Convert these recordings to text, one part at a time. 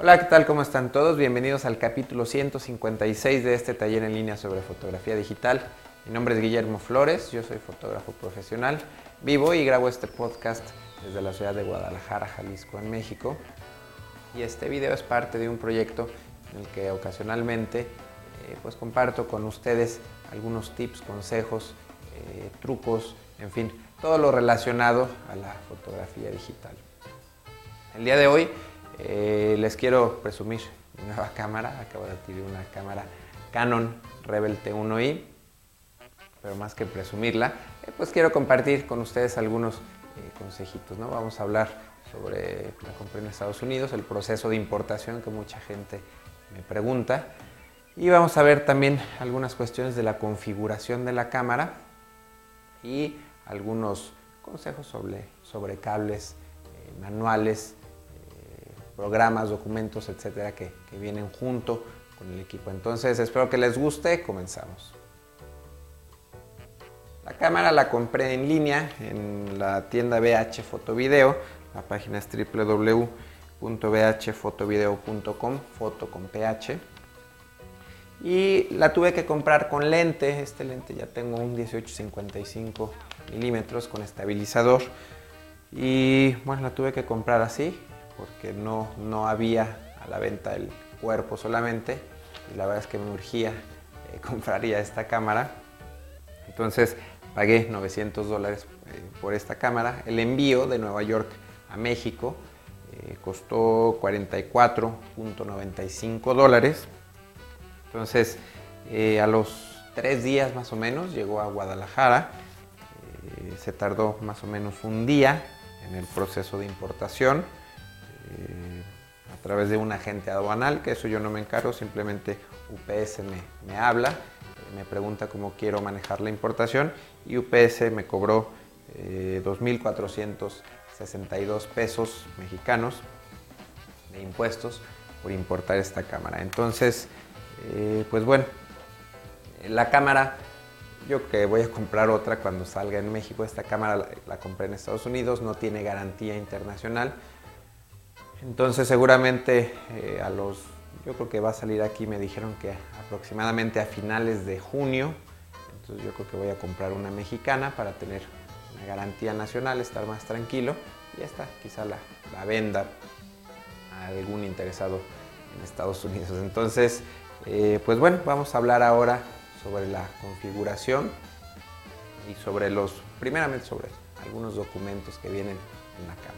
Hola, ¿qué tal? ¿Cómo están todos? Bienvenidos al capítulo 156 de este taller en línea sobre fotografía digital. Mi nombre es Guillermo Flores, yo soy fotógrafo profesional, vivo y grabo este podcast desde la ciudad de Guadalajara, Jalisco, en México. Y este video es parte de un proyecto en el que ocasionalmente pues comparto con ustedes algunos tips, consejos, trucos, en fin, todo lo relacionado a la fotografía digital. El día de hoy les quiero presumir mi nueva cámara. Acabo de adquirir una cámara Canon Rebel T1i, pero más que presumirla, pues quiero compartir con ustedes algunos consejitos, ¿no? Vamos a hablar sobre, la compré en Estados Unidos, el proceso de importación que mucha gente me pregunta, y vamos a ver también algunas cuestiones de la configuración de la cámara y algunos consejos sobre cables, manuales, programas, documentos, etcétera, que vienen junto con el equipo. Entonces, espero que les guste. Comenzamos. La cámara la compré en línea en la tienda BH Foto Video. La página es www.bhfotovideo.com, foto con PH. Y la tuve que comprar con lente. Este lente ya tengo un 18-55 milímetros con estabilizador. Y bueno, la tuve que comprar así, porque no había a la venta el cuerpo solamente, y la verdad es que me urgía compraría esta cámara. Entonces pagué $900 por esta cámara. El envío de Nueva York a México costó $44.95. Entonces a los 3 días más o menos llegó a Guadalajara. Se tardó más o menos un día en el proceso de importación, a través de un agente aduanal, que eso yo no me encargo, simplemente UPS me habla, me pregunta cómo quiero manejar la importación, y UPS me cobró 2,462 pesos mexicanos de impuestos por importar esta cámara. Entonces, pues bueno, la cámara, yo que voy a comprar otra cuando salga en México. Esta cámara la compré en Estados Unidos, no tiene garantía internacional. Entonces seguramente yo creo que va a salir aquí, me dijeron que aproximadamente a finales de junio. Entonces yo creo que voy a comprar una mexicana para tener una garantía nacional, estar más tranquilo. Y ya está, quizá la venda a algún interesado en Estados Unidos. Entonces, pues bueno, vamos a hablar ahora sobre la configuración y primeramente sobre algunos documentos que vienen en la cámara.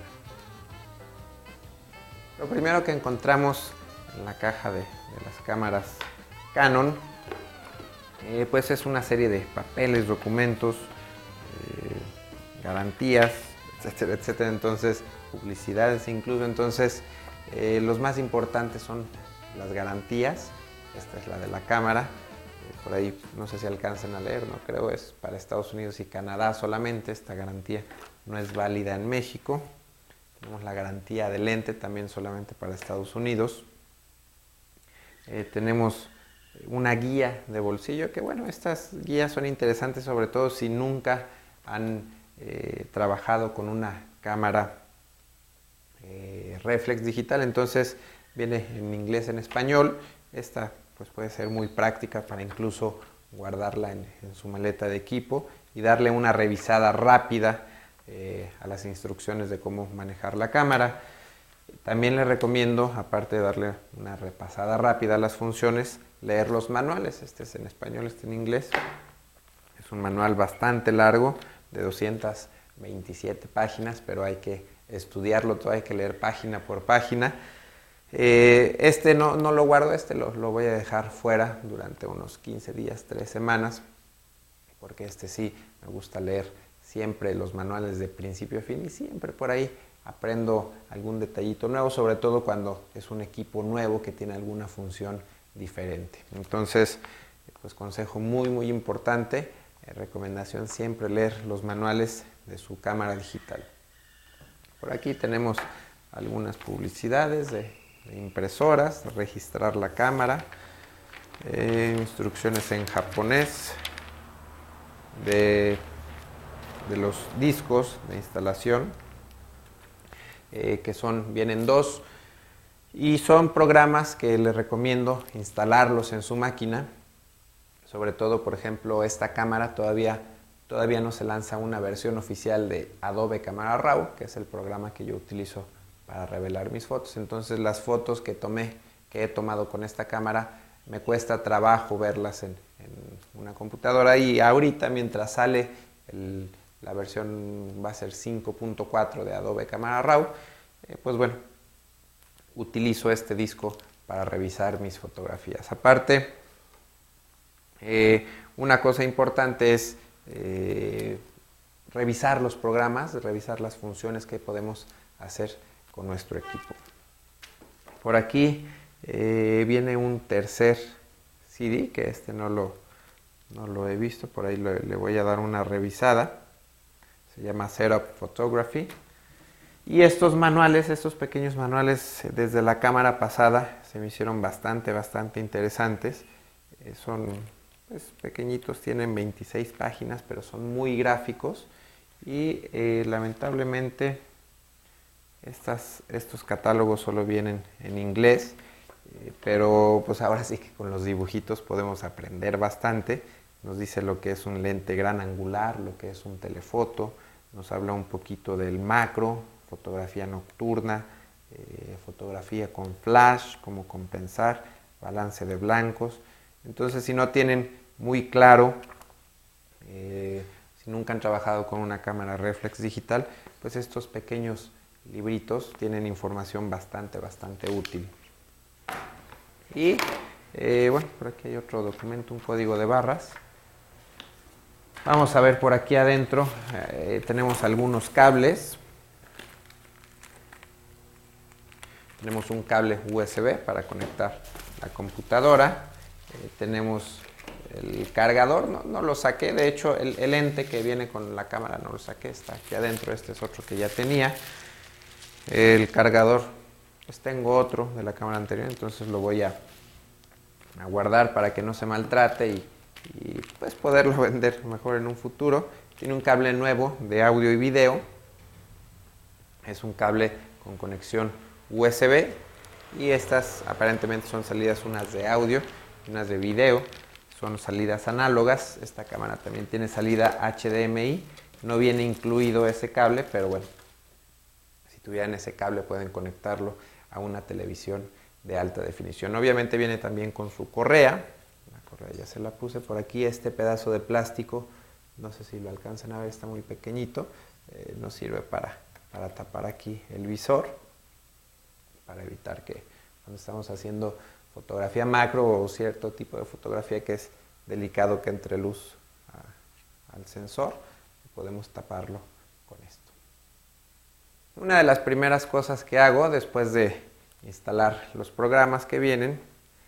Lo primero que encontramos en la caja de las cámaras Canon, pues es una serie de papeles, documentos, garantías, etcétera, etcétera. Entonces, publicidades incluso. Entonces, los más importantes son las garantías. Esta es la de la cámara. Por ahí no sé si alcancen a leer, no creo, es para Estados Unidos y Canadá solamente. Esta garantía no es válida en México. Tenemos la garantía de lente también solamente para Estados Unidos. Tenemos una guía de bolsillo, que bueno, estas guías son interesantes sobre todo si nunca han trabajado con una cámara reflex digital. Entonces viene en inglés, en español. Esta pues puede ser muy práctica para incluso guardarla en su maleta de equipo y darle una revisada rápida a las instrucciones de cómo manejar la cámara. También les recomiendo, aparte de darle una repasada rápida a las funciones, leer los manuales. Este es en español, este en inglés. Es un manual bastante largo, de 227 páginas, pero hay que estudiarlo todo, hay que leer página por página. Este no lo guardo, lo voy a dejar fuera durante unos 15 días, 3 semanas, porque este sí me gusta leer siempre los manuales de principio a fin, y siempre por ahí aprendo algún detallito nuevo, sobre todo cuando es un equipo nuevo que tiene alguna función diferente. Entonces, pues consejo muy muy importante, recomendación siempre leer los manuales de su cámara digital. Por aquí tenemos algunas publicidades de impresoras, registrar la cámara, instrucciones en japonés de los discos de instalación, que vienen 2, Y son programas que les recomiendo instalarlos en su máquina. Sobre todo, por ejemplo, esta cámara todavía no se lanza una versión oficial de Adobe Camera Raw, que es el programa que yo utilizo para revelar mis fotos. Entonces las fotos que he tomado con esta cámara, me cuesta trabajo verlas en una computadora, y ahorita mientras sale la versión va a ser 5.4 de Adobe Camera Raw, pues bueno, utilizo este disco para revisar mis fotografías. Aparte, una cosa importante es revisar los programas, revisar las funciones que podemos hacer con nuestro equipo. Por aquí viene un tercer CD, que no lo he visto, por ahí le voy a dar una revisada. Se llama Setup Photography. Y estos pequeños manuales desde la cámara pasada se me hicieron bastante interesantes. Son pequeñitos, tienen 26 páginas, pero son muy gráficos y lamentablemente estos catálogos solo vienen en inglés, pero pues ahora sí que con los dibujitos podemos aprender bastante. Nos dice lo que es un lente gran angular, lo que es un telefoto, nos habla un poquito del macro, fotografía nocturna, fotografía con flash, cómo compensar, balance de blancos. Entonces, si no tienen muy claro, si nunca han trabajado con una cámara reflex digital, pues estos pequeños libritos tienen información bastante útil. Y bueno, por aquí hay otro documento, un código de barras. Vamos a ver por aquí adentro, tenemos algunos cables. Tenemos un cable USB para conectar la computadora. Tenemos el cargador, no lo saqué, de hecho el lente que viene con la cámara no lo saqué, está aquí adentro. Este es otro que ya tenía. El cargador, pues tengo otro de la cámara anterior, entonces lo voy a guardar para que no se maltrate y pues poderlo vender mejor en un futuro. Tiene un cable nuevo de audio y video, es un cable con conexión USB, y estas aparentemente son salidas, unas de audio y unas de video, son salidas análogas. Esta cámara también tiene salida HDMI, no viene incluido ese cable, pero bueno, si tuvieran ese cable pueden conectarlo a una televisión de alta definición. Obviamente viene también con su correa. La correa ya se la puse por aquí. Este pedazo de plástico, no sé si lo alcanzan a ver, está muy pequeñito, nos sirve para tapar aquí el visor, para evitar que cuando estamos haciendo fotografía macro o cierto tipo de fotografía que es delicado que entre luz al sensor, podemos taparlo con esto. Una de las primeras cosas que hago después de instalar los programas que vienen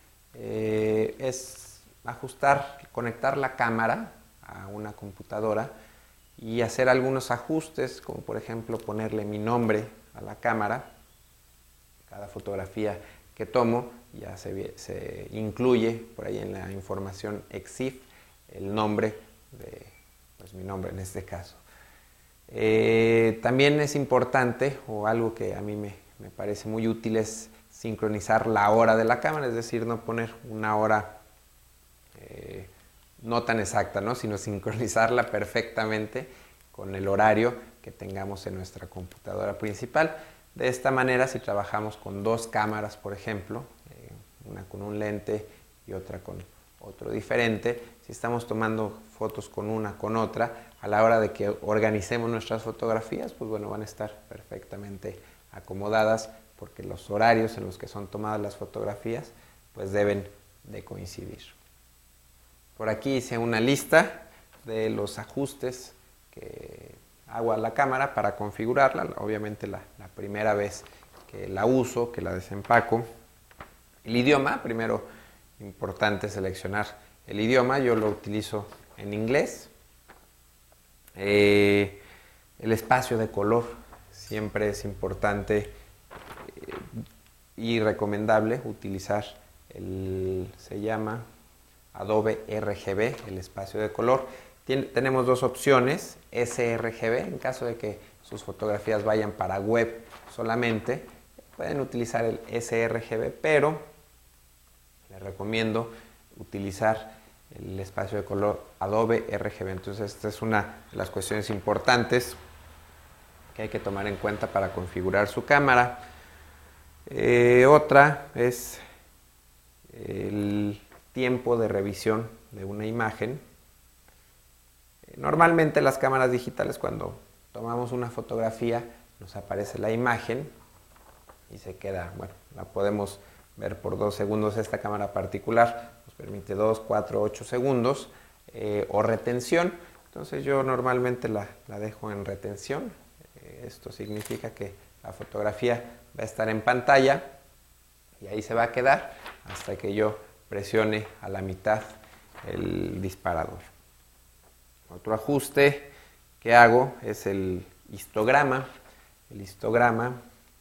es conectar la cámara a una computadora y hacer algunos ajustes, como por ejemplo ponerle mi nombre a la cámara. Cada fotografía que tomo ya se incluye por ahí en la información EXIF el nombre de, pues mi nombre en este caso. También es importante, o algo que a mí me parece muy útil, es sincronizar la hora de la cámara, es decir, no poner una hora no tan exacta, ¿no?, sino sincronizarla perfectamente con el horario que tengamos en nuestra computadora principal. De esta manera, si trabajamos con dos cámaras, por ejemplo, una con un lente y otra con otro diferente, si estamos tomando fotos con una con otra, a la hora de que organicemos nuestras fotografías, pues bueno, van a estar perfectamente acomodadas, porque los horarios en los que son tomadas las fotografías pues deben de coincidir. Por aquí hice una lista de los ajustes que hago a la cámara para configurarla. Obviamente la primera vez que la uso, que la desempaco. El idioma, primero importante seleccionar el idioma, yo lo utilizo en inglés. El espacio de color, siempre es importante y recomendable utilizar se llama Adobe RGB, el espacio de color. Tenemos dos opciones, sRGB, en caso de que sus fotografías vayan para web solamente, pueden utilizar el sRGB, pero les recomiendo utilizar el espacio de color Adobe RGB. Entonces esta es una de las cuestiones importantes que hay que tomar en cuenta para configurar su cámara. Otra es el tiempo de revisión de una imagen. Normalmente las cámaras digitales, cuando tomamos una fotografía, nos aparece la imagen y se queda, bueno, la podemos ver por 2 segundos. Esta cámara particular nos permite 2, 4, 8 segundos o retención. Entonces yo normalmente la dejo en retención. Esto significa que la fotografía va a estar en pantalla y ahí se va a quedar hasta que yo presione a la mitad el disparador. Otro ajuste que hago es el histograma. El histograma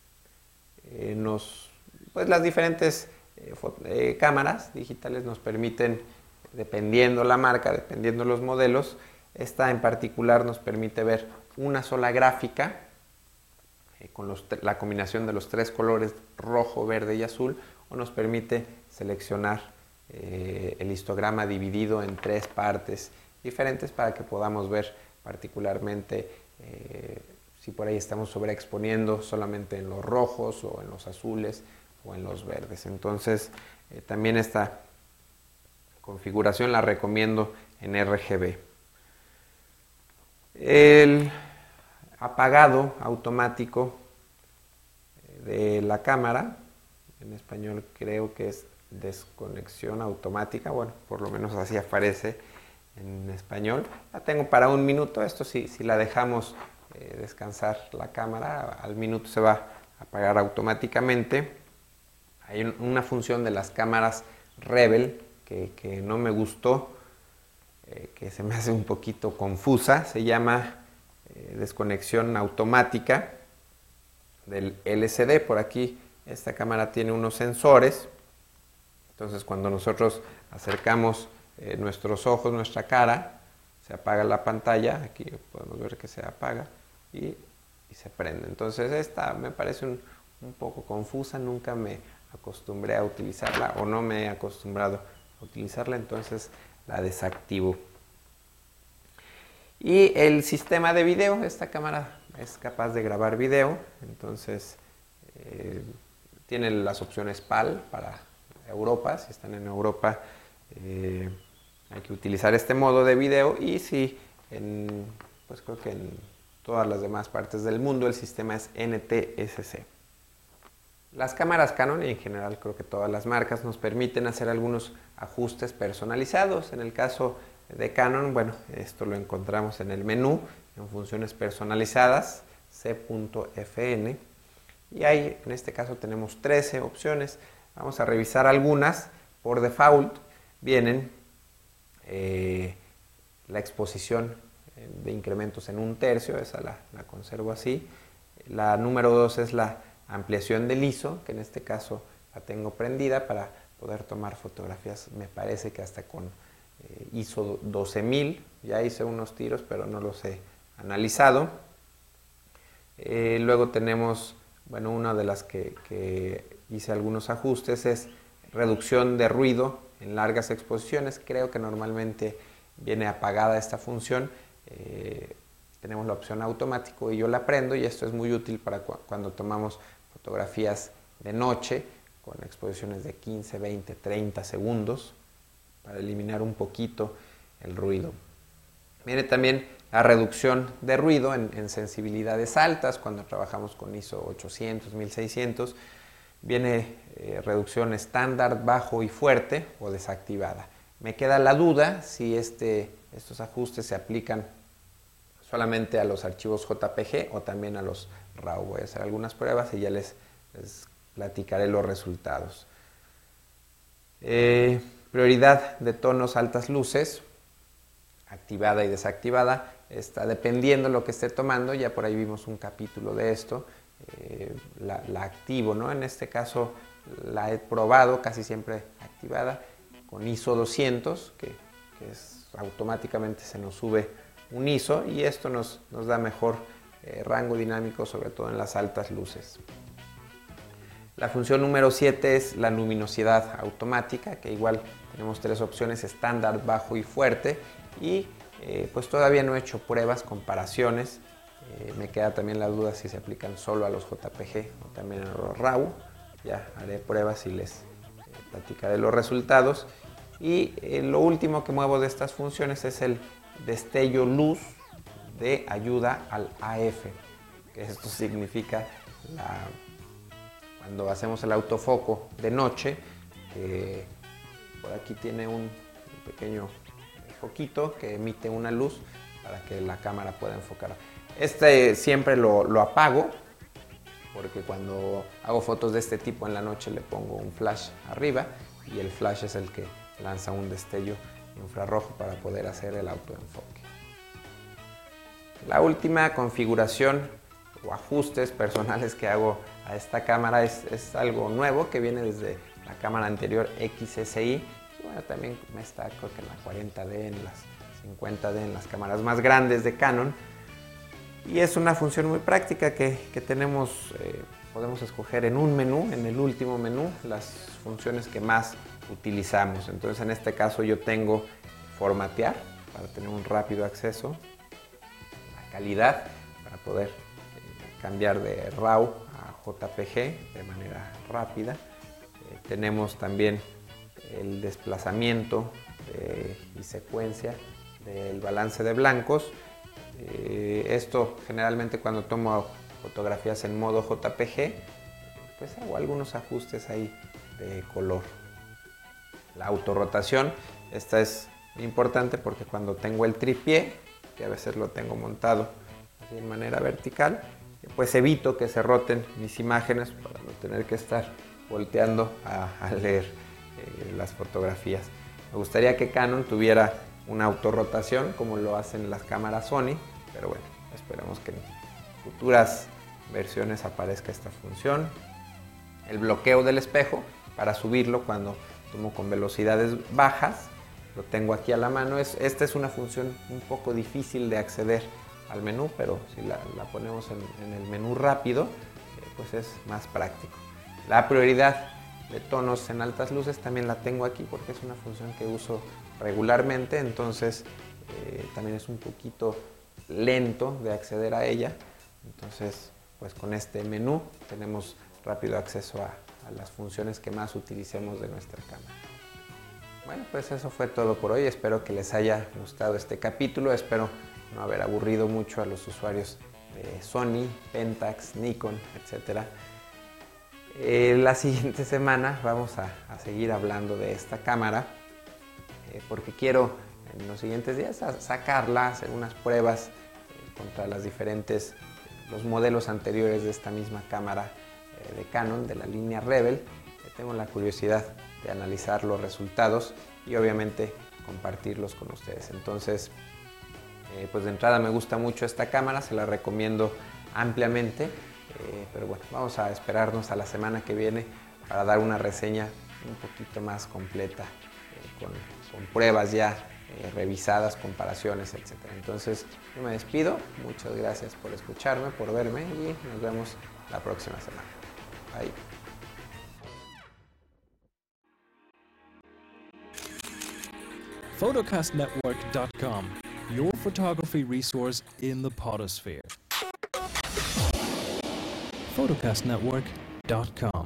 pues las diferentes cámaras digitales nos permiten, dependiendo la marca, dependiendo los modelos, esta en particular nos permite ver una sola gráfica con la combinación de los 3 colores rojo, verde y azul, o nos permite seleccionar el histograma dividido en 3 partes diferentes para que podamos ver particularmente si por ahí estamos sobreexponiendo solamente en los rojos o en los azules o en los verdes. Entonces también esta configuración la recomiendo en RGB. El apagado automático de la cámara, en español creo que es desconexión automática, bueno, por lo menos así aparece en español. La tengo para 1 minuto. Esto si la dejamos descansar la cámara, al minuto se va a apagar automáticamente. Hay una función de las cámaras Rebel que no me gustó, que se me hace un poquito confusa. Se llama desconexión automática del LCD. Por aquí esta cámara tiene unos sensores. Entonces cuando nosotros acercamos nuestros ojos, nuestra cara, se apaga la pantalla. Aquí podemos ver que se apaga y se prende. Entonces esta me parece un poco confusa. Nunca me acostumbré a utilizarla, o no me he acostumbrado a utilizarla, entonces la desactivo. Y el sistema de video, esta cámara es capaz de grabar video, entonces tiene las opciones PAL para Europa. Si están en Europa hay que utilizar este modo de video, y si pues creo que en todas las demás partes del mundo el sistema es NTSC. Las cámaras Canon, y en general creo que todas las marcas, nos permiten hacer algunos ajustes personalizados. En el caso de Canon, bueno, esto lo encontramos en el menú, en funciones personalizadas, C.FN, y ahí en este caso tenemos 13 opciones. Vamos a revisar algunas. Por default vienen la exposición de incrementos en 1/3, esa la conservo así. La número 2 es la ampliación del ISO, que en este caso la tengo prendida para poder tomar fotografías, me parece que hasta con ISO 12000. Ya hice unos tiros, pero no los he analizado. Luego tenemos, bueno, una de las que hice algunos ajustes es reducción de ruido en largas exposiciones. Creo que normalmente viene apagada esta función. Tenemos la opción automático y yo la prendo, y esto es muy útil para cuando tomamos fotografías de noche con exposiciones de 15, 20, 30 segundos para eliminar un poquito el ruido. Viene también la reducción de ruido en sensibilidades altas cuando trabajamos con ISO 800, 1600. Viene reducción estándar, bajo y fuerte o desactivada. Me queda la duda si estos ajustes se aplican solamente a los archivos JPG o también a los RAW. Voy a hacer algunas pruebas y ya les platicaré los resultados. Prioridad de tonos, altas luces, activada y desactivada. Está dependiendo lo que esté tomando. Ya por ahí vimos un capítulo de esto. La activo, ¿no? En este caso la he probado casi siempre activada con ISO 200, que automáticamente se nos sube un ISO, y esto nos da mejor rango dinámico, sobre todo en las altas luces. La función número 7 es la luminosidad automática, que igual tenemos 3 opciones: estándar, bajo y fuerte. Y pues todavía no he hecho pruebas, comparaciones. Me queda también la duda si se aplican solo a los JPG o también a los RAW. Ya haré pruebas y les platicaré los resultados. Y lo último que muevo de estas funciones es el destello luz de ayuda al AF, que esto significa cuando hacemos el autofoco de noche, por aquí tiene un pequeño foquito que emite una luz para que la cámara pueda enfocar. Siempre lo apago, porque cuando hago fotos de este tipo en la noche le pongo un flash arriba y el flash es el que lanza un destello infrarrojo para poder hacer el autoenfoque. La última configuración o ajustes personales que hago a esta cámara es algo nuevo que viene desde la cámara anterior XSI. Y bueno, también está, creo que en la 40D, en las 50D, en las cámaras más grandes de Canon. Y es una función muy práctica que tenemos, podemos escoger en un menú, en el último menú, las funciones que más utilizamos. Entonces en este caso yo tengo formatear para tener un rápido acceso, la calidad para poder cambiar de RAW a JPG de manera rápida. Tenemos también el desplazamiento y secuencia del balance de blancos. Esto generalmente cuando tomo fotografías en modo JPG, pues hago algunos ajustes ahí de color. La autorrotación, esta es importante porque cuando tengo el tripié, que a veces lo tengo montado de manera vertical, pues evito que se roten mis imágenes para no tener que estar volteando a leer las fotografías. Me gustaría que Canon tuviera una autorrotación como lo hacen las cámaras Sony, pero bueno, esperemos que en futuras versiones aparezca esta función. El bloqueo del espejo para subirlo cuando tomo con velocidades bajas, lo tengo aquí a la mano. Esta es una función un poco difícil de acceder al menú, pero si la ponemos en el menú rápido, pues es más práctico. La prioridad de tonos en altas luces también la tengo aquí porque es una función que uso regularmente, entonces también es un poquito lento de acceder a ella. Entonces, pues con este menú tenemos rápido acceso a las funciones que más utilicemos de nuestra cámara. Bueno, pues eso fue todo por hoy. Espero que les haya gustado este capítulo. Espero no haber aburrido mucho a los usuarios de Sony, Pentax, Nikon, etc. La siguiente semana vamos a seguir hablando de esta cámara porque quiero en los siguientes días sacarla, hacer unas pruebas contra los modelos anteriores de esta misma cámara de Canon, de la línea Rebel. Tengo la curiosidad de analizar los resultados y obviamente compartirlos con ustedes. Entonces, pues de entrada me gusta mucho esta cámara, se la recomiendo ampliamente, pero bueno, vamos a esperarnos a la semana que viene para dar una reseña un poquito más completa, con pruebas ya revisadas, comparaciones, etc. Entonces, yo me despido, muchas gracias por escucharme, por verme y nos vemos la próxima semana. Bye. Photocastnetwork.com, your photography resource in the potosphere. Photocastnetwork.com